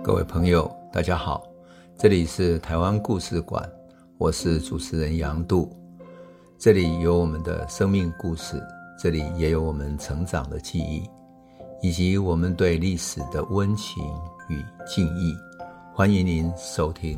各位朋友大家好，这里是台湾故事馆，我是主持人杨度。这里有我们的生命故事，这里也有我们成长的记忆，以及我们对历史的温情与敬意。欢迎您收听。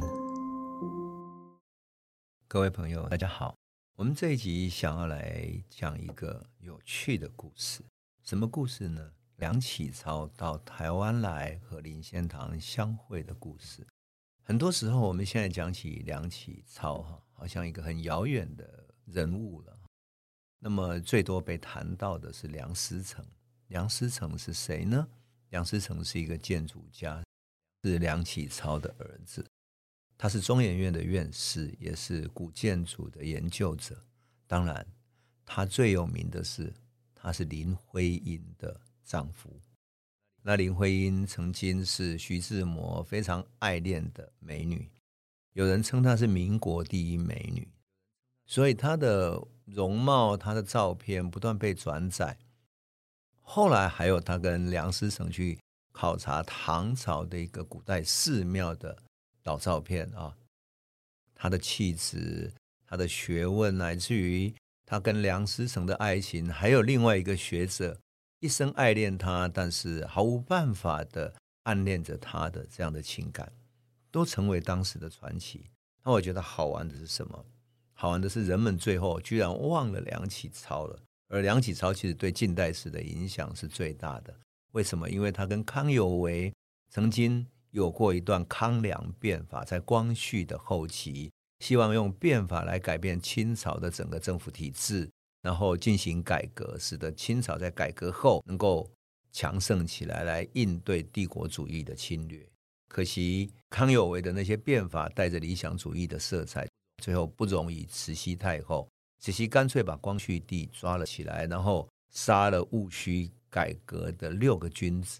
各位朋友大家好，我们这一集想要来讲一个有趣的故事。什么故事呢？梁启超到台湾来和林献堂相会的故事。很多时候我们现在讲起梁启超，好像一个很遥远的人物了。那么最多被谈到的是梁思成。梁思成是谁呢？梁思成是一个建筑家，是梁启超的儿子。他是中研院的院士，也是古建筑的研究者。当然他最有名的是他是林徽因的丈夫。那林徽因曾经是徐志摩非常爱恋的美女，有人称她是民国第一美女，所以她的容貌她的照片不断被转载。后来还有她跟梁思成去考察唐朝的一个古代寺庙的老照片啊，她的气质她的学问，乃至于她跟梁思成的爱情，还有另外一个学者一生爱恋他，但是毫无办法的暗恋着他的这样的情感，都成为当时的传奇。那我觉得好玩的是什么？好玩的是人们最后居然忘了梁启超了。而梁启超其实对近代史的影响是最大的。为什么？因为他跟康有为曾经有过一段康梁变法，在光绪的后期，希望用变法来改变清朝的整个政府体制，然后进行改革，使得清朝在改革后能够强盛起来，来应对帝国主义的侵略。可惜康有为的那些变法带着理想主义的色彩，最后不容于慈禧太后。慈禧干脆把光绪帝抓了起来，然后杀了戊戌改革的6个君子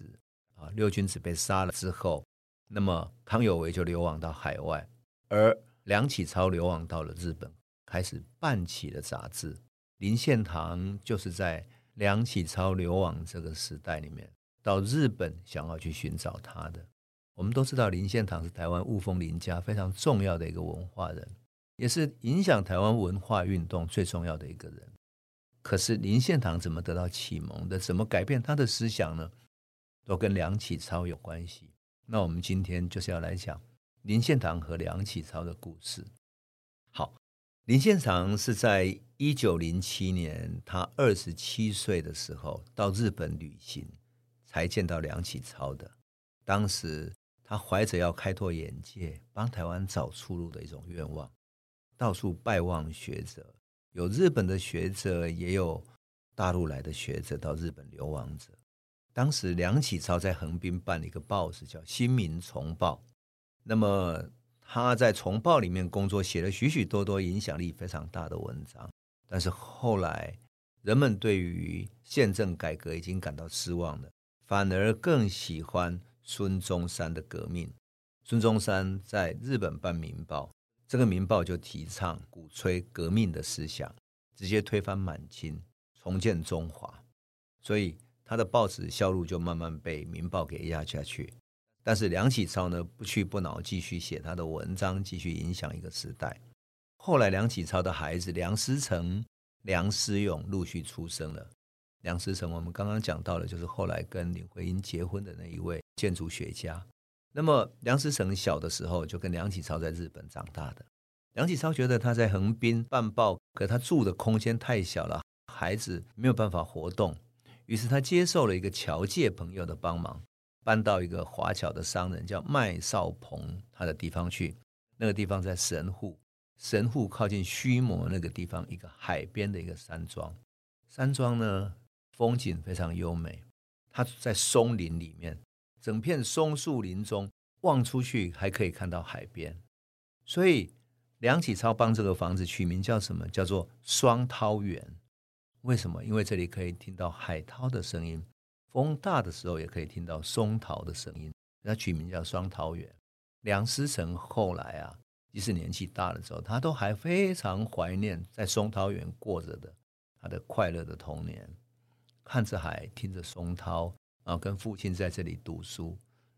6君子被杀了之后，那么康有为就流亡到海外，而梁启超流亡到了日本，开始办起了杂志。林献堂就是在梁启超流亡这个时代里面到日本想要去寻找他的。我们都知道林献堂是台湾雾峰林家非常重要的一个文化人，也是影响台湾文化运动最重要的一个人。可是林献堂怎么得到启蒙的，怎么改变他的思想呢？都跟梁启超有关系。那我们今天就是要来讲林献堂和梁启超的故事。好，林献堂是在1907年他27岁的时候到日本旅行，才见到梁启超的。当时他怀着要开拓眼界，帮台湾找出路的一种愿望，到处拜望学者，有日本的学者，也有大陆来的学者到日本流亡者。当时梁启超在横滨办了一个报纸叫《新民丛报》，那么他在丛报里面工作，写了许许多多影响力非常大的文章。但是后来人们对于宪政改革已经感到失望了，反而更喜欢孙中山的革命。孙中山在日本办民报，这个民报就提倡鼓吹革命的思想，直接推翻满清，重建中华。所以他的报纸销路就慢慢被民报给压下去。但是梁启超呢，不屈不挠，继续写他的文章，继续影响一个时代。后来梁启超的孩子梁思成、梁思永陆续出生了。梁思成我们刚刚讲到了，就是后来跟林徽因结婚的那一位建筑学家。那么梁思成小的时候就跟梁启超在日本长大的。梁启超觉得他在横滨办报，可他住的空间太小了，孩子没有办法活动，于是他接受了一个侨界朋友的帮忙，搬到一个华侨的商人叫麦少鹏他的地方去。那个地方在神户，神户靠近须磨那个地方，一个海边的一个山庄。山庄呢，风景非常优美，它在松林里面，整片松树林中望出去还可以看到海边。所以梁启超帮这个房子取名叫什么？叫做双涛园。为什么？因为这里可以听到海涛的声音，风大的时候也可以听到松涛的声音，他取名叫双涛园。梁思成后来即使年纪大了之后，他都还非常怀念在松涛园过着的他的快乐的童年，看着海，听着松涛，跟父亲在这里读书。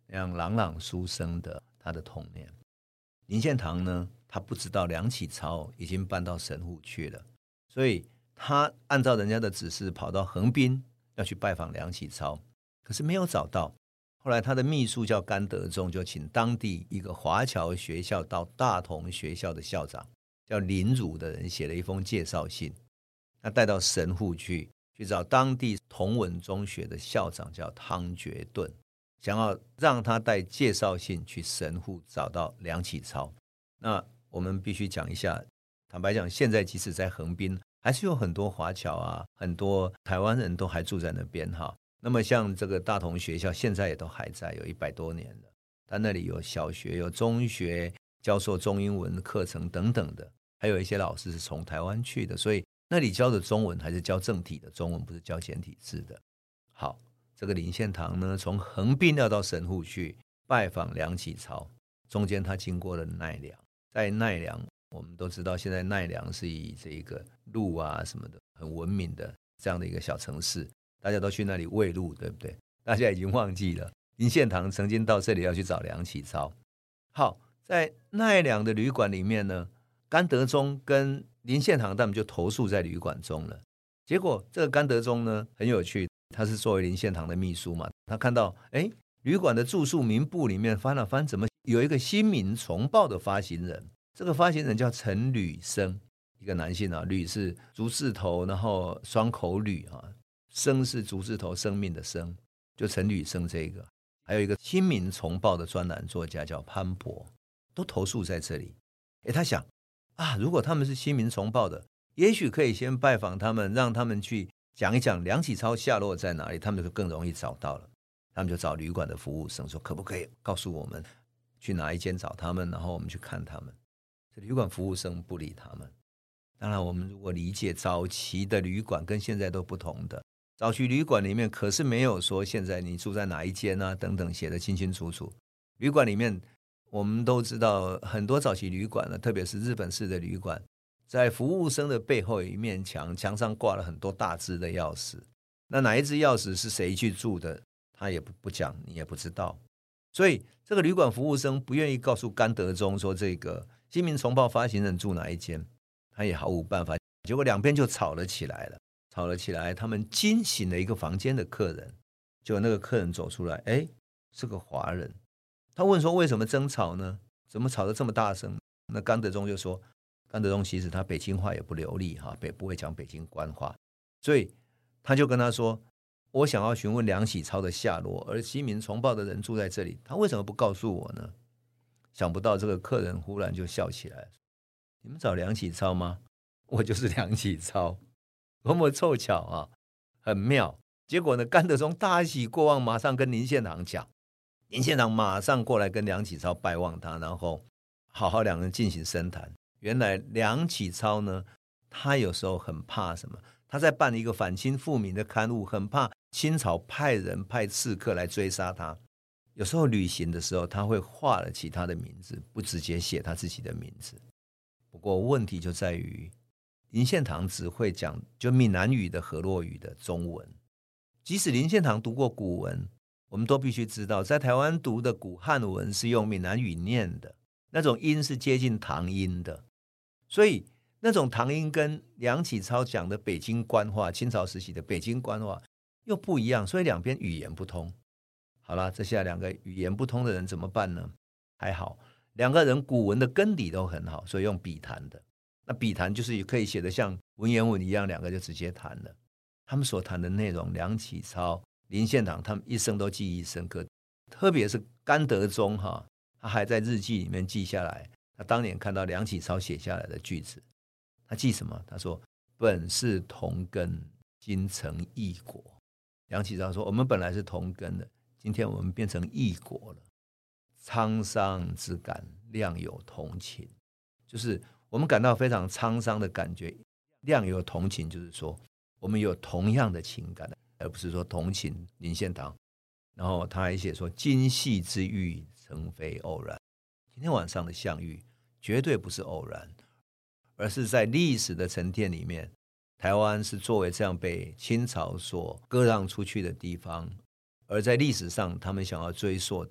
那样朗朗书声的他的童年。林献堂呢，他不知道梁启超已经搬到神户去了，所以他按照人家的指示跑到横滨要去拜访梁启超，可是没有找到。后来他的秘书叫甘德忠，就请当地一个华侨学校到大同学校的校长叫林儒的人写了一封介绍信，他带到神户去找当地同文中学的校长叫汤觉顿，想要让他带介绍信去神户找到梁启超。那我们必须讲一下，坦白讲，现在即使在横滨还是有很多华侨啊，很多台湾人都还住在那边哈。那么像这个大同学校现在也都还在，有100多年了，他那里有小学有中学，教授中英文课程等等的，还有一些老师是从台湾去的，所以那里教的中文还是教正体的中文，不是教简体字的。好，这个林献堂呢，从横滨要到神户去拜访梁启超，中间他经过了奈良，在奈良我们都知道，现在奈良是以这个鹿啊什么的很闻名的这样的一个小城市，大家都去那里喂鹿，对不对？大家已经忘记了林献堂曾经到这里要去找梁启超。好，在奈良的旅馆里面呢，甘德忠跟林献堂他们就投宿在旅馆中了。结果这个甘德忠呢很有趣，他是作为林献堂的秘书嘛，他看到旅馆的住宿名簿里面翻了翻，怎么有一个新民重报的发行人？这个发行人叫陈履生，一个男性啊，履是竹字头，然后双口履啊，生是竹字头生命的生，就陈履生这个。还有一个新民重报的专栏作家叫潘博，都投宿在这里。他想啊，如果他们是新民重报的，也许可以先拜访他们，让他们去讲一讲梁启超下落在哪里，他们就更容易找到了。他们就找旅馆的服务生说，可不可以告诉我们去哪一间找他们，然后我们去看他们。这旅馆服务生不理他们。当然我们如果理解早期的旅馆跟现在都不同的，早期旅馆里面可是没有说现在你住在哪一间啊等等写得清清楚楚。旅馆里面我们都知道，很多早期旅馆呢，特别是日本式的旅馆，在服务生的背后有一面墙，墙上挂了很多大只的钥匙，那哪一只钥匙是谁去住的，他也不讲，你也不知道。所以这个旅馆服务生不愿意告诉甘德忠说这个新民重报发行人住哪一间，他也毫无办法。结果两边就吵了起来，他们惊醒了一个房间的客人，结果那个客人走出来，是个华人。他问说为什么争吵呢？怎么吵得这么大声？那甘德忠就说，甘德忠其实他北京话也不流利，不会讲北京官话，所以他就跟他说，我想要询问梁启超的下落，而新民重报的人住在这里，他为什么不告诉我呢？想不到这个客人忽然就笑起来，你们找梁启超吗？我就是梁启超，多么凑巧啊，很妙。结果呢，甘德忠大喜过望，马上跟林献堂讲，林献堂马上过来跟梁启超拜望他，然后好好两人进行深谈。原来梁启超呢，他有时候很怕什么？他在办一个反清复明的刊物，很怕清朝派刺客来追杀他。有时候旅行的时候，他会画了其他的名字，不直接写他自己的名字。不过问题就在于，林献堂只会讲就闽南语的河洛语的中文。即使林献堂读过古文，我们都必须知道，在台湾读的古汉文是用闽南语念的，那种音是接近唐音的，所以那种唐音跟梁启超讲的北京官话，清朝时期的北京官话又不一样，所以两边语言不通。好了，这下两个语言不通的人怎么办呢？还好两个人古文的根底都很好，所以用笔谈的。那笔谈就是可以写得像文言文一样，两个就直接谈了。他们所谈的内容，梁启超、林献堂他们一生都记忆深刻，特别是甘德忠他还在日记里面记下来，他当年看到梁启超写下来的句子。他记什么？他说本是同根，今成异国。梁启超说我们本来是同根的，今天我们变成异国了。沧桑之感，谅有同情，就是我们感到非常沧桑的感觉。谅有同情就是说我们有同样的情感，而不是说同情林献堂。然后他还写说今夕之遇，诚非偶然。今天晚上的相遇绝对不是偶然，而是在历史的沉淀里面，台湾是作为这样被清朝所割让出去的地方，而在历史上他们想要追溯的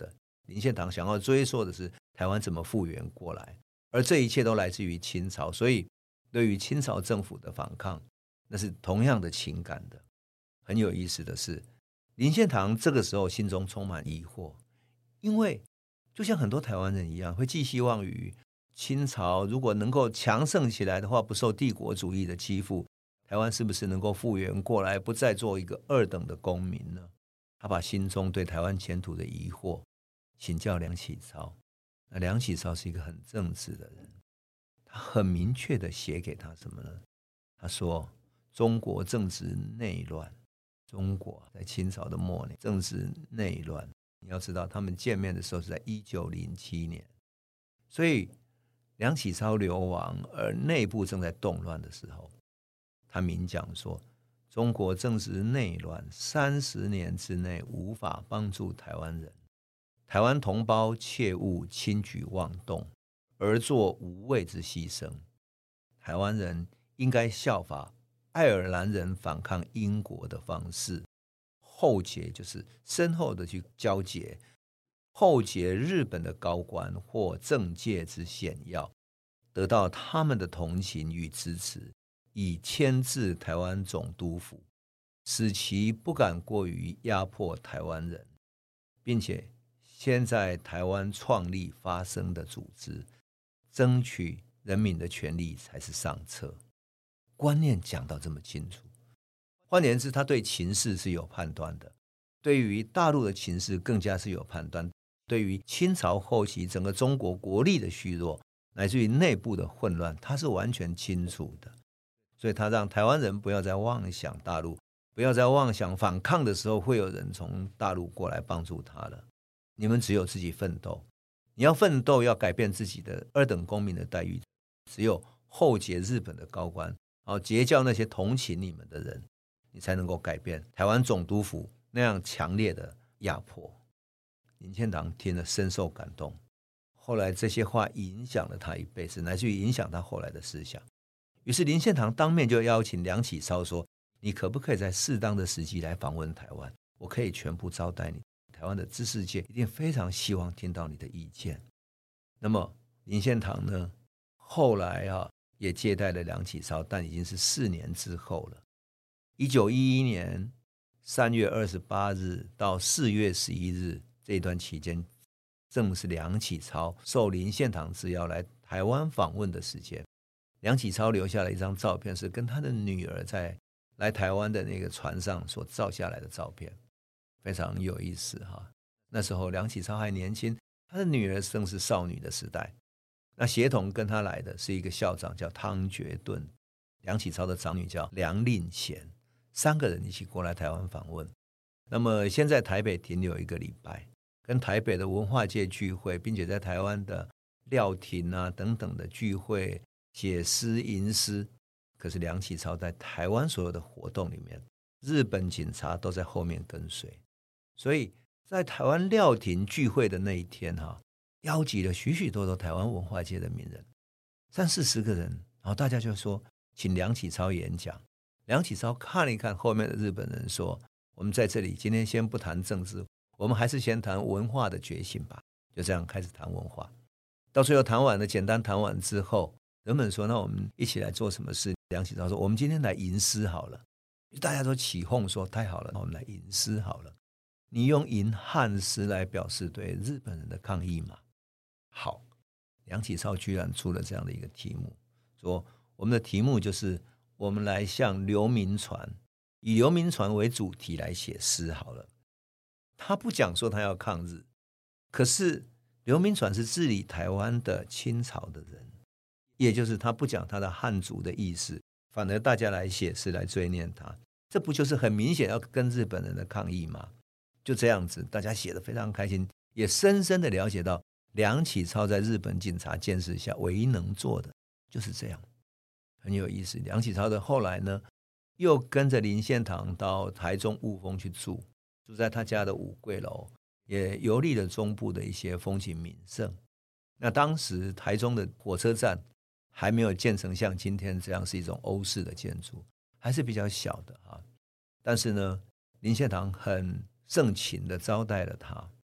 林献堂想要追溯的是台湾怎么复原过来，而这一切都来自于清朝，所以对于清朝政府的反抗，那是同样的情感的。很有意思的是，林献堂这个时候心中充满疑惑，因为就像很多台湾人一样，会寄希望于清朝如果能够强盛起来的话，不受帝国主义的欺负，台湾是不是能够复原过来，不再做一个二等的公民呢？他把心中对台湾前途的疑惑请教梁启超。那梁启超是一个很正直的人，他很明确的写给他什么呢？他说中国政治内乱，中国在清朝的末年政治内乱，你要知道他们见面的时候是在1907年，所以梁启超流亡而内部正在动乱的时候，他明讲说中国政治内乱30年之内无法帮助台湾人，台湾同胞切勿轻举妄动而作无谓之牺牲，台湾人应该效法爱尔兰人反抗英国的方式，后结就是深厚的去交结，后结日本的高官或政界之显要，得到他们的同情与支持，以牵制台湾总督府，使其不敢过于压迫台湾人，并且先在台湾创立发声的组织，争取人民的权利才是上策。观念讲到这么清楚，换言之，他对情势是有判断的，对于大陆的情势更加是有判断，对于清朝后期整个中国国力的虚弱，乃至于内部的混乱，他是完全清楚的。所以他让台湾人不要再妄想大陆，不要再妄想反抗的时候会有人从大陆过来帮助他了。你们只有自己奋斗，你要奋斗，要改变自己的二等公民的待遇，只有后结日本的高官，然后结交那些同情你们的人，你才能够改变台湾总督府那样强烈的压迫。林献堂听了深受感动，后来这些话影响了他一辈子，乃至于影响他后来的思想。于是林献堂当面就邀请梁启超说，你可不可以在适当的时机来访问台湾，我可以全部招待你，台湾的知识界一定非常希望听到你的意见。那么林献堂呢，后来也接待了梁启超，但已经是4年之后了。1911年3月28日到4月11日这一段期间，正是梁启超受林献堂之邀来台湾访问的时间。梁启超留下了一张照片，是跟他的女儿在来台湾的那个船上所照下来的照片，非常有意思哈。那时候梁启超还年轻，他的女儿正是少女的时代。那协同跟他来的是一个校长叫汤觉顿，梁启超的长女叫梁令贤，3个人一起过来台湾访问。那么先在台北停留1个礼拜，跟台北的文化界聚会，并且在台湾的廖亭等等的聚会，写诗吟诗。可是梁启超在台湾所有的活动里面，日本警察都在后面跟随，所以在台湾廖亭聚会的那一天邀集了许许多多台湾文化界的名人，30-40个人，然后大家就说请梁启超演讲。梁启超看了一看后面的日本人，说我们在这里今天先不谈政治，我们还是先谈文化的觉醒吧。就这样开始谈文化，到最后谈完了，简单谈完之后，人们说那我们一起来做什么事？梁启超说我们今天来吟诗好了。大家都起哄说太好了，我们来吟诗好了。你用吟汉诗来表示对日本人的抗议吗？好，梁启超居然出了这样的一个题目，说我们的题目就是我们来向刘铭传，以刘铭传为主题来写诗好了。他不讲说他要抗日，可是刘铭传是治理台湾的清朝的人，也就是他不讲他的汉族的意思，反而大家来写诗来追念他，这不就是很明显要跟日本人的抗议吗？就这样子，大家写得非常开心，也深深的了解到梁启超在日本警察监视下唯一能做的就是这样，很有意思。梁启超的后来呢，又跟着林献堂到台中雾峰去住在他家的五桂楼，也游历了中部的一些风景名胜。那当时台中的火车站还没有建成像今天这样是一种欧式的建筑，还是比较小的但是呢，林献堂很盛情的招待了他。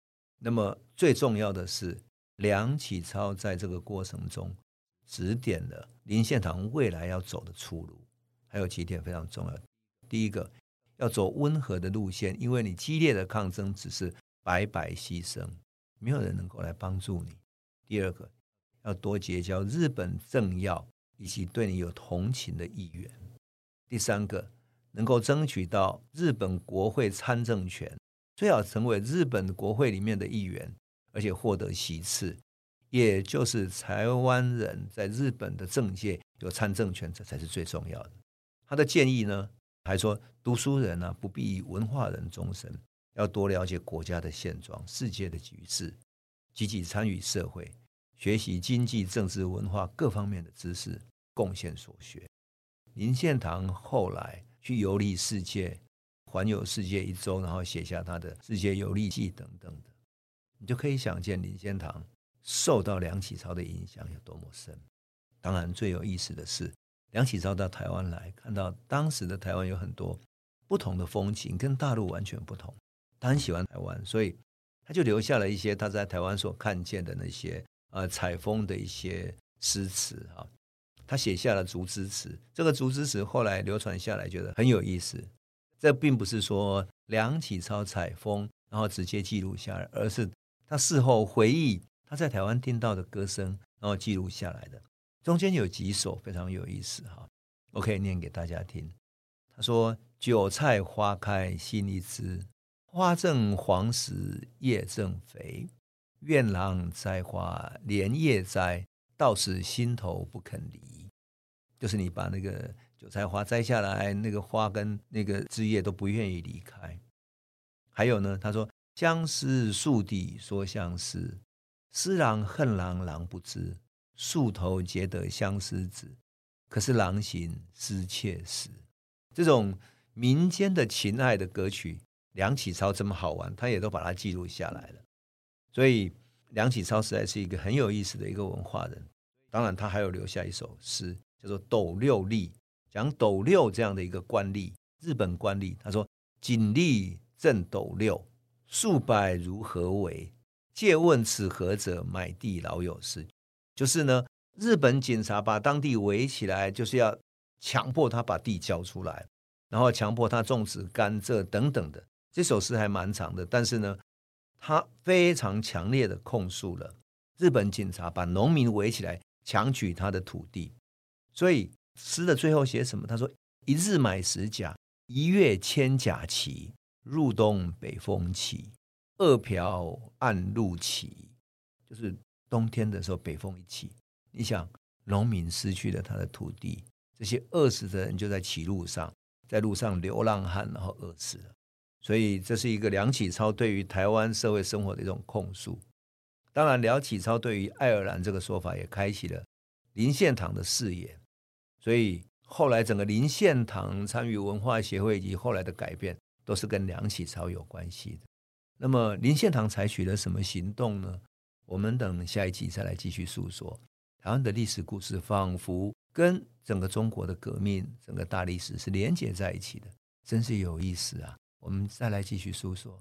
那么最重要的是，梁启超在这个过程中指点了林献堂未来要走的出路，还有几点非常重要。第一个，要走温和的路线，因为你激烈的抗争只是白白牺牲，没有人能够来帮助你。第二个，要多结交日本政要以及对你有同情的议员。第三个，能够争取到日本国会参政权，最好成为日本国会里面的议员，而且获得席次，也就是台湾人在日本的政界有参政权，这才是最重要的。他的建议呢，还说读书人啊，不必以文化人终身，要多了解国家的现状、世界的局势，积极参与社会，学习经济、政治、文化各方面的知识，贡献所学。林献堂后来去游历世界，环游世界1周，然后写下他的世界游历记等等的，你就可以想见林献堂受到梁启超的影响有多么深。当然最有意思的是，梁启超到台湾来，看到当时的台湾有很多不同的风情，跟大陆完全不同。他很喜欢台湾，所以他就留下了一些他在台湾所看见的那些采风的一些诗词啊。他写下了竹枝词，这个竹枝词后来流传下来，觉得很有意思。这并不是说梁启超采风然后直接记录下来，而是他事后回忆他在台湾听到的歌声，然后记录下来的。中间有几首非常有意思哈，我可以念给大家听。他说：韭菜花开新一枝，花正黄时叶正肥，愿郎栽花连夜栽，到时心头不肯离。就是你把那个韭菜花摘下来，那个花跟那个枝叶都不愿意离开。还有呢，他说：相思树底说相思，思郎恨郎郎不知，树头结得相思子，可是郎行思妾时。这种民间的情爱的歌曲，梁启超这么好玩，他也都把它记录下来了。所以梁启超实在是一个很有意思的一个文化人。当然他还有留下一首诗叫做斗六吏，讲斗六这样的一个官吏，日本官吏。他说：锦吏正斗六，数百如何为，借问此何者，买地老有事。就是呢，日本警察把当地围起来，就是要强迫他把地交出来，然后强迫他种植甘蔗等等的。这首诗还蛮长的，但是呢，他非常强烈的控诉了日本警察把农民围起来强取他的土地。所以诗的最后写什么？他说：一日买10甲，一月牵甲旗，入冬北风起，二瓢暗路起。就是冬天的时候北风一起，你想农民失去了他的土地，这些饿死的人就在歧路上，在路上流浪汉，然后饿死了。所以这是一个梁启超对于台湾社会生活的一种控诉。当然梁启超对于爱尔兰这个说法也开启了林献堂的视野，所以后来整个林献堂参与文化协会以及后来的改变都是跟梁启超有关系的。那么林献堂采取了什么行动呢？我们等下一集再来继续诉说。台湾的历史故事仿佛跟整个中国的革命整个大历史是连结在一起的，真是有意思啊。我们再来继续诉说。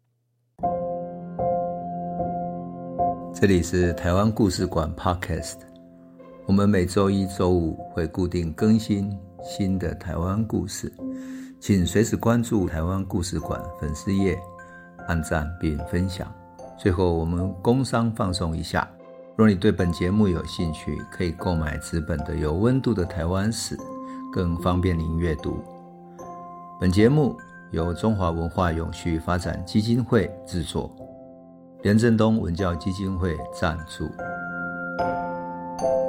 这里是台湾故事馆 Podcast， 我们每周1、周5会固定更新新的台湾故事，请随时关注台湾故事馆粉丝页，按赞并分享。最后我们工商放送一下，若你对本节目有兴趣，可以购买纸本的有温度的台湾史，更方便您阅读。本节目由中华文化永续发展基金会制作，连震东文教基金会赞助。